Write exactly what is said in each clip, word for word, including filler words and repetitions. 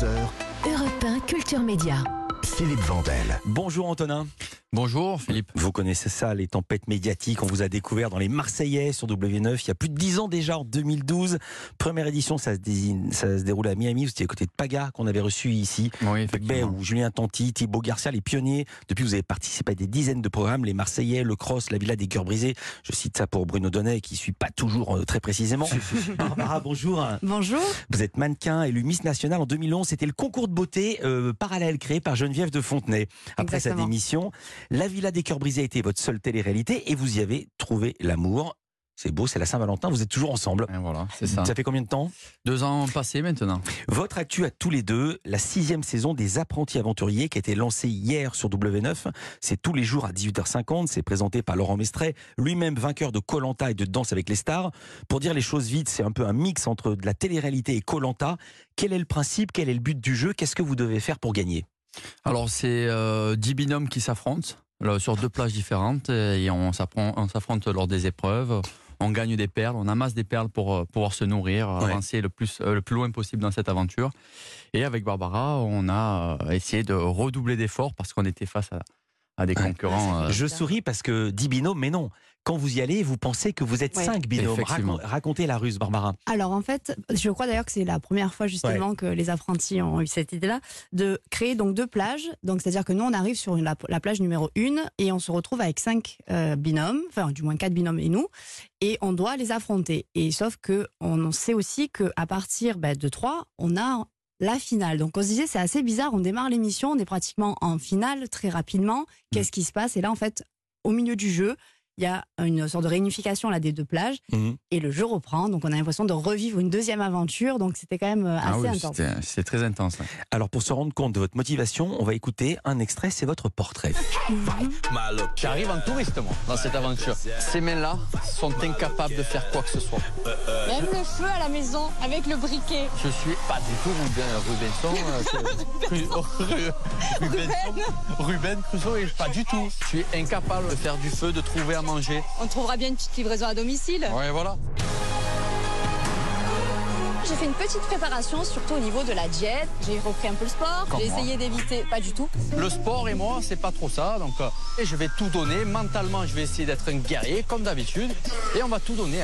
heures, Europe un Culture Média. Philippe Vandel. Bonjour Antonin. Bonjour Philippe. Vous connaissez ça, les tempêtes médiatiques. On vous a découvert dans les Marseillais sur W neuf il y a plus de dix ans déjà, en deux mille douze. Première édition, ça se, désigne, ça se déroule à Miami. Vous étiez à côté de Paga, qu'on avait reçu ici. Oui, effectivement. Ou Julien Tanti, Thibaut Garcia, les pionniers. Depuis, vous avez participé à des dizaines de programmes. Les Marseillais, le Cross, la Villa des Cœurs Brisés. Je cite ça pour Bruno Donnet, qui ne suit pas toujours euh, très précisément. Barbara, bonjour. Bonjour. Vous êtes mannequin, élu Miss Nationale en deux mille onze. C'était le concours de beauté euh, parallèle créé par Geneviève de Fontenay. Après Exactement. sa démission, la Villa des Cœurs Brisés a été votre seule télé-réalité et vous y avez trouvé l'amour. C'est beau, c'est la Saint-Valentin, vous êtes toujours ensemble. Et voilà, c'est ça. Ça fait combien de temps? Deux ans passés maintenant. Votre actu à tous les deux, la sixième saison des Apprentis Aventuriers qui a été lancée hier sur W neuf. C'est tous les jours à dix-huit heures cinquante. C'est présenté par Laurent Mestret, lui-même vainqueur de Koh-Lanta et de Danse avec les stars. Pour dire les choses vite, c'est un peu un mix entre de la télé-réalité et Koh-Lanta. Quel est le principe? Quel est le but du jeu? Qu'est-ce que vous devez faire pour gagner? Alors c'est euh, dix binômes qui s'affrontent là, sur deux plages différentes et on s'affronte lors des épreuves. On gagne des perles, on amasse des perles pour euh, pouvoir se nourrir, Ouais. avancer le plus, euh, le plus loin possible dans cette aventure. Et avec Barbara, on a euh, essayé de redoubler d'efforts parce qu'on était face à, à des Ouais. concurrents. euh, Je souris parce que dix binômes, mais non. Quand vous y allez, vous pensez que vous êtes Ouais. cinq binômes. Effectivement. Racon- racontez la ruse, Barbara. Alors en fait, je crois d'ailleurs que c'est la première fois justement que les apprentis ont eu cette idée-là de créer donc deux plages. Donc c'est-à-dire que nous on arrive sur une- la, la plage numéro une et on se retrouve avec cinq euh, binômes, enfin du moins quatre binômes et nous, et on doit les affronter. Et sauf que on sait aussi que à partir bah, de trois, on a la finale. Donc on se disait c'est assez bizarre, on démarre l'émission, on est pratiquement en finale très rapidement. Qu'est-ce qui se passe? Et là en fait, au milieu du jeu, il y a une sorte de réunification là des deux plages Mhm. et le jeu reprend. Donc on a l'impression de revivre une deuxième aventure. Donc c'était quand même euh, ah assez oui, intense. c'était- c'est très intense. ouais. Alors pour se rendre compte de votre motivation, on va écouter un extrait, c'est votre portrait. J'arrive en touriste, moi, dans cette aventure. Ces mains-là sont incapables de faire quoi que ce soit. Même le feu à la maison avec le briquet. Je suis pas du tout Ruben, Rubenson. euh, c'est- Ru- Ru- Rubenson, Ruben Crusoe, et pas du tout. Je suis incapable de faire du feu, de trouver à manger. On trouvera bien une petite livraison à domicile. Ouais, voilà. J'ai fait une petite préparation, surtout au niveau de la diète. J'ai repris un peu le sport. Comme J'ai moi. essayé d'éviter, pas du tout. Le sport et moi, c'est pas trop ça. Donc, euh, et je vais tout donner. Mentalement, je vais essayer d'être un guerrier, comme d'habitude. Et on va tout donner.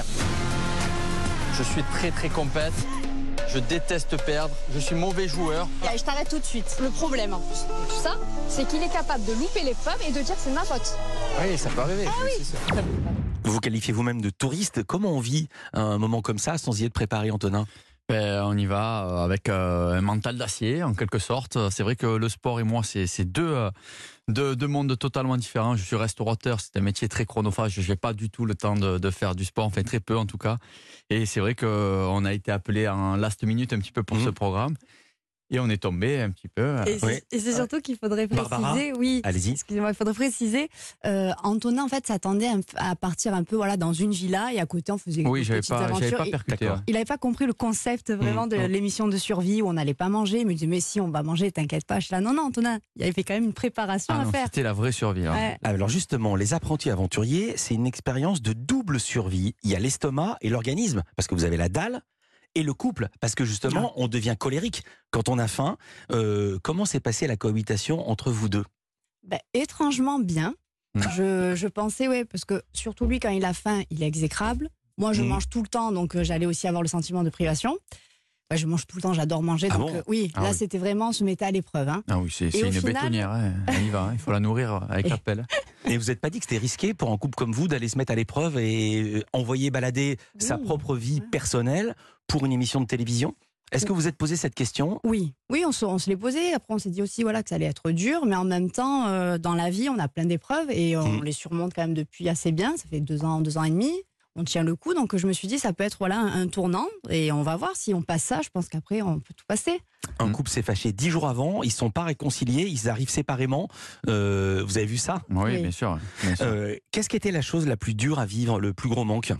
Je suis très, très compète. Je déteste perdre. Je suis mauvais joueur. Et je t'arrête tout de suite. Le problème en plus de tout ça, c'est qu'il est capable de louper l'épreuve et de dire que c'est de ma faute. Oui, ça peut arriver. C'est ça. Vous vous qualifiez vous-même de touriste. Comment on vit un moment comme ça sans y être préparé, Antonin? Ben, on y va euh, avec euh, un mental d'acier, en quelque sorte. C'est vrai que le sport et moi, c'est c'est deux, euh, deux, deux mondes totalement différents. Je suis restaurateur, c'est un métier très chronophage. Je n'ai pas du tout le temps de, de faire du sport, enfin très peu en tout cas. Et c'est vrai qu'on a été appelé en last minute un petit peu pour Mmh. ce programme. Et on est tombé un petit peu. Et c'est Ouais. et c'est surtout qu'il faudrait préciser, Barbara, oui, allez-y. excusez-moi, il faudrait préciser, euh, Antonin en fait s'attendait à, à partir un peu voilà dans une villa et à côté on faisait Oui, une j'avais petite pas, j'avais aventure. pas Et percuté. D'accord. ouais. il n'avait pas compris le concept vraiment de Mmh. l'émission de survie où on n'allait pas manger. Il me disait mais si on va manger, t'inquiète pas. Je suis là non non Antonin, il avait fait quand même une préparation Ah à non, faire. c'était la vraie survie. hein. Ouais. Alors justement, les apprentis aventuriers, c'est une expérience de double survie. Il y a l'estomac et l'organisme, parce que vous avez la dalle, et le couple, parce que justement, on devient colérique quand on a faim. Euh, comment s'est passée la cohabitation entre vous deux? Ben, étrangement bien. Mm. Je, je pensais, ouais, parce que surtout lui, quand il a faim, il est exécrable. Moi, je Mm. mange tout le temps, donc euh, j'allais aussi avoir le sentiment de privation. Ben, je mange tout le temps, j'adore manger. Ah donc bon euh, oui, Ah là, oui. c'était vraiment, on se mettait à l'épreuve. Hein. Ah oui, c'est Et c'est au une final- bétonnière. hein. On y va, hein. Il faut la nourrir avec la pelle. Et vous n'êtes pas dit que c'était risqué pour un couple comme vous d'aller se mettre à l'épreuve et euh, envoyer balader sa Oui. propre vie Ouais. personnelle pour une émission de télévision? Est-ce que vous êtes posé cette question? Oui, oui, on se, on se l'est posé. Après, on s'est dit aussi voilà, que ça allait être dur, mais en même temps, euh, dans la vie, on a plein d'épreuves et on Mm. les surmonte quand même depuis assez bien. Ça fait deux ans, deux ans et demi. On tient le coup, donc je me suis dit ça peut être voilà un, un tournant et on va voir si on passe ça. Je pense qu'après on peut tout passer. Un Mm. couple s'est fâché dix jours avant, ils ne sont pas réconciliés, ils arrivent séparément. Euh, vous avez vu ça? Oui, Oui. bien sûr. bien sûr. Euh, Qu'est-ce qui était la chose la plus dure à vivre, le plus gros manque?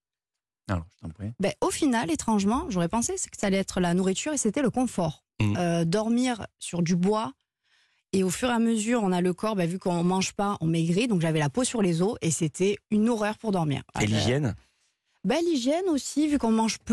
Alors, je t'en prie. Ben, au final, étrangement, j'aurais pensé que ça allait être la nourriture et c'était le confort. Mm. Euh, dormir sur du bois. Et au fur et à mesure, on a le corps, ben, vu qu'on ne mange pas, on maigrit. Donc j'avais la peau sur les os et c'était une horreur pour dormir. Et l'hygiène? Ben, l'hygiène aussi, vu qu'on mange peu,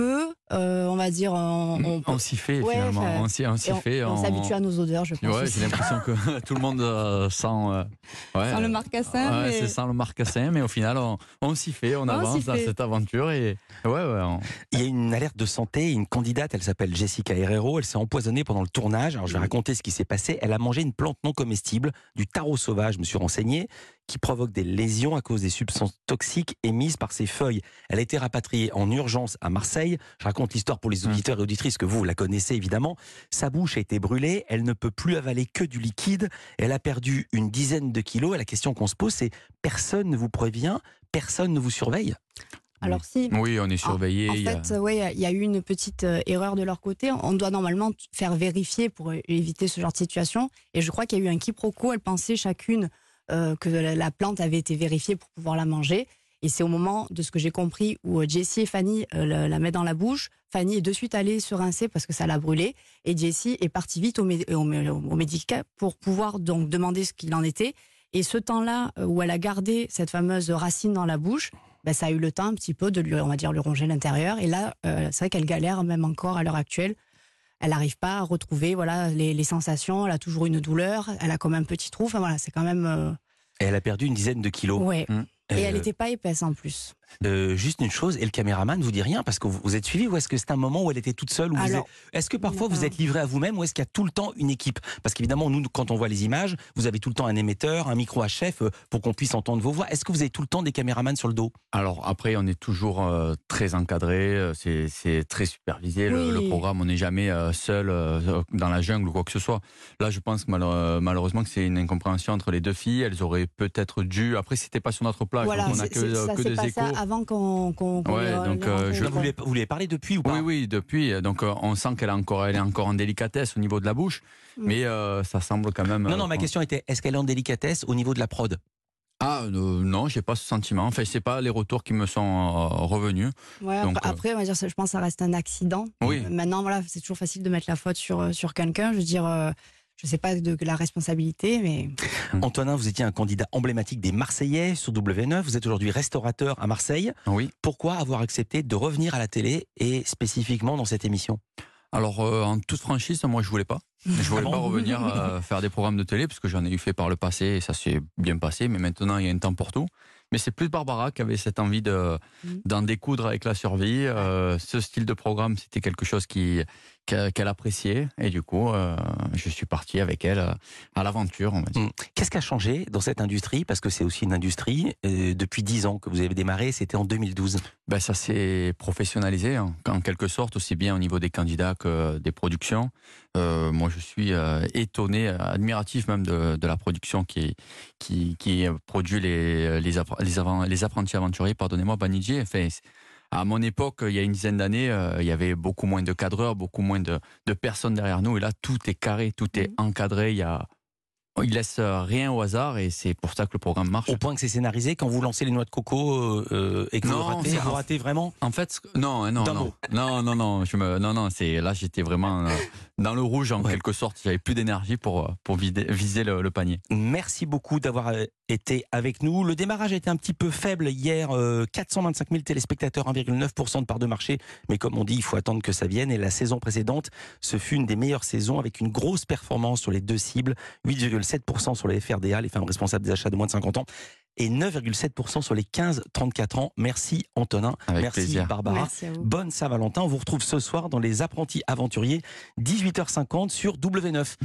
euh, on va dire, on, on, On s'y fait Ouais, finalement. enfin, On s'y, on s'y et on, fait. et on on- s'habitue à nos odeurs, je pense. Ouais, aussi. j'ai l'impression que tout le monde euh, sent. euh, ouais, Sans le marcassin, Ouais, mais- c'est sans le marcassin, mais au final, on, on s'y fait, on, On avance s'y dans fait. cette aventure et ouais, ouais. on- Il y a une alerte de santé, une candidate, elle s'appelle Jessica Herrero, elle s'est empoisonnée pendant le tournage. Alors je vais raconter ce qui s'est passé. Elle a mangé une plante non comestible, du taro sauvage, je me suis renseigné, qui provoque des lésions à cause des substances toxiques émises par ses feuilles. Elle a été rapatriée en urgence à Marseille. Je raconte l'histoire pour les auditeurs et auditrices, que vous, vous la connaissez évidemment. Sa bouche a été brûlée, elle ne peut plus avaler que du liquide. Elle a perdu une dizaine de kilos. Et la question qu'on se pose, c'est personne ne vous prévient, personne ne vous surveille. Alors si. Oui, on est surveillé. En il y a- fait, ouais, il y a eu une petite euh, erreur de leur côté. On doit normalement t- faire vérifier pour euh, éviter ce genre de situation. Et je crois qu'il y a eu un quiproquo. Elles pensaient chacune euh, que la, la plante avait été vérifiée pour pouvoir la manger. Et c'est au moment de ce que j'ai compris où euh, Jessie et Fanny euh, la, la mettent dans la bouche. Fanny est de suite allée se rincer parce que ça l'a brûlée. Et Jessie est partie vite au, mé- au, mé- au médical pour pouvoir donc demander ce qu'il en était. Et ce temps-là euh, où elle a gardé cette fameuse racine dans la bouche, ben, ça a eu le temps un petit peu de lui, on va dire, lui ronger l'intérieur. Et là, euh, c'est vrai qu'elle galère même encore à l'heure actuelle. Elle n'arrive pas à retrouver voilà les, les sensations. Elle a toujours une douleur. Elle a comme un petit trou. Enfin voilà, c'est quand même. euh, Et elle a perdu une dizaine de kilos. Ouais. Mm. Et Euh, elle n'était pas épaisse en plus. Euh, juste une chose, et le caméraman vous dit rien parce que vous, vous êtes suivi, ou est-ce que c'est un moment où elle était toute seule, ou vous Alors, êtes- est-ce que parfois il y a vous pas- êtes livré à vous-même, ou est-ce qu'il y a tout le temps une équipe? Parce qu'évidemment, nous, quand on voit les images, vous avez tout le temps un émetteur, un micro à chef euh, pour qu'on puisse entendre vos voix. Est-ce que vous avez tout le temps des caméramans sur le dos? Alors après, on est toujours euh, très encadré, euh, c'est, c'est très supervisé. Le, Oui. le programme, on n'est jamais euh, seul euh, dans la jungle ou quoi que ce soit. Là, je pense que mal- euh, malheureusement que c'est une incompréhension entre les deux filles. Elles auraient peut-être dû. Après, c'était pas sur notre plage, Voilà, donc on n'a c'est- que, c'est- ça que s'est des passé échos. avant qu'on qu'on qu'on Ouais, les- donc, les euh, rencontre. je- Vous lui, vous lui avez parlé depuis ou pas? Oui, oui, depuis. Donc, euh, on sent qu'elle a encore, elle est encore en délicatesse au niveau de la bouche, Mm. mais euh, ça semble quand même. Non, euh, non, ma qu'on- question était, est-ce qu'elle est en délicatesse au niveau de la prod? Ah euh, non, j'ai pas ce sentiment. Enfin, c'est pas les retours qui me sont euh, revenus. Ouais, Donc, après, euh, après, on va dire, ça, je pense que ça reste un accident. Oui. Euh, Maintenant, voilà, c'est toujours facile de mettre la faute sur, euh, sur quelqu'un. Je veux dire, euh, je sais pas de la responsabilité, mais Antonin, vous étiez un candidat emblématique des Marseillais sur W neuf. Vous êtes aujourd'hui restaurateur à Marseille. Oui. Pourquoi avoir accepté de revenir à la télé et spécifiquement dans cette émission? Alors, euh, en toute franchise, moi, je voulais pas. Je voulais Ah bon pas revenir euh, faire des programmes de télé parce que j'en ai eu fait par le passé et ça s'est bien passé. Mais maintenant, il y a un temps pour tout. Mais c'est plus Barbara qui avait cette envie de Mhm. d'en découdre avec la survie. Euh, ce style de programme, c'était quelque chose qui qu'elle qu'elle appréciait et du coup, euh, je suis parti avec elle euh, à l'aventure, on va dire. Hum. Qu'est-ce qui a changé dans cette industrie? Parce que c'est aussi une industrie, euh, depuis dix ans que vous avez démarré, c'était en deux mille douze. Ben, ça s'est professionnalisé, hein, en quelque sorte, aussi bien au niveau des candidats que des productions. Euh, moi, je suis euh, étonné, admiratif même de, de la production qui, qui, qui produit les, les, appre- les, avant- les apprentis aventuriers, pardonnez-moi, Banijé. Enfin, c'est- à mon époque, il y a une dizaine d'années, euh, il y avait beaucoup moins de cadreurs, beaucoup moins de, de personnes derrière nous. Et là, tout est carré, tout est Mhm. encadré. Il y a, il laisse rien au hasard et c'est pour ça que le programme marche. Au point que c'est scénarisé, quand vous lancez les noix de coco euh, euh, et que vous Non, ratez, c'est- vous ratez vraiment? En fait, non, hein, non, D'un non, mot. non, non, non, je me, non, non, c'est là, j'étais vraiment euh, dans le rouge en Ouais. quelque sorte. J'avais plus d'énergie pour pour vider- viser le, le panier. Merci beaucoup d'avoir euh, été avec nous. Le démarrage a été un petit peu faible hier, euh, quatre cent vingt-cinq mille téléspectateurs, un virgule neuf pour cent de part de marché. Mais comme on dit, il faut attendre que ça vienne. Et la saison précédente, ce fut une des meilleures saisons avec une grosse performance sur les deux cibles, huit virgule sept pour cent sur les F R D A, les femmes responsables des achats de moins de cinquante ans, et neuf virgule sept pour cent sur les quinze trente-quatre ans. Merci Antonin, Avec merci plaisir. Barbara. merci à vous. Bonne Saint-Valentin. On vous retrouve ce soir dans Les Apprentis Aventuriers, dix-huit heures cinquante sur W neuf.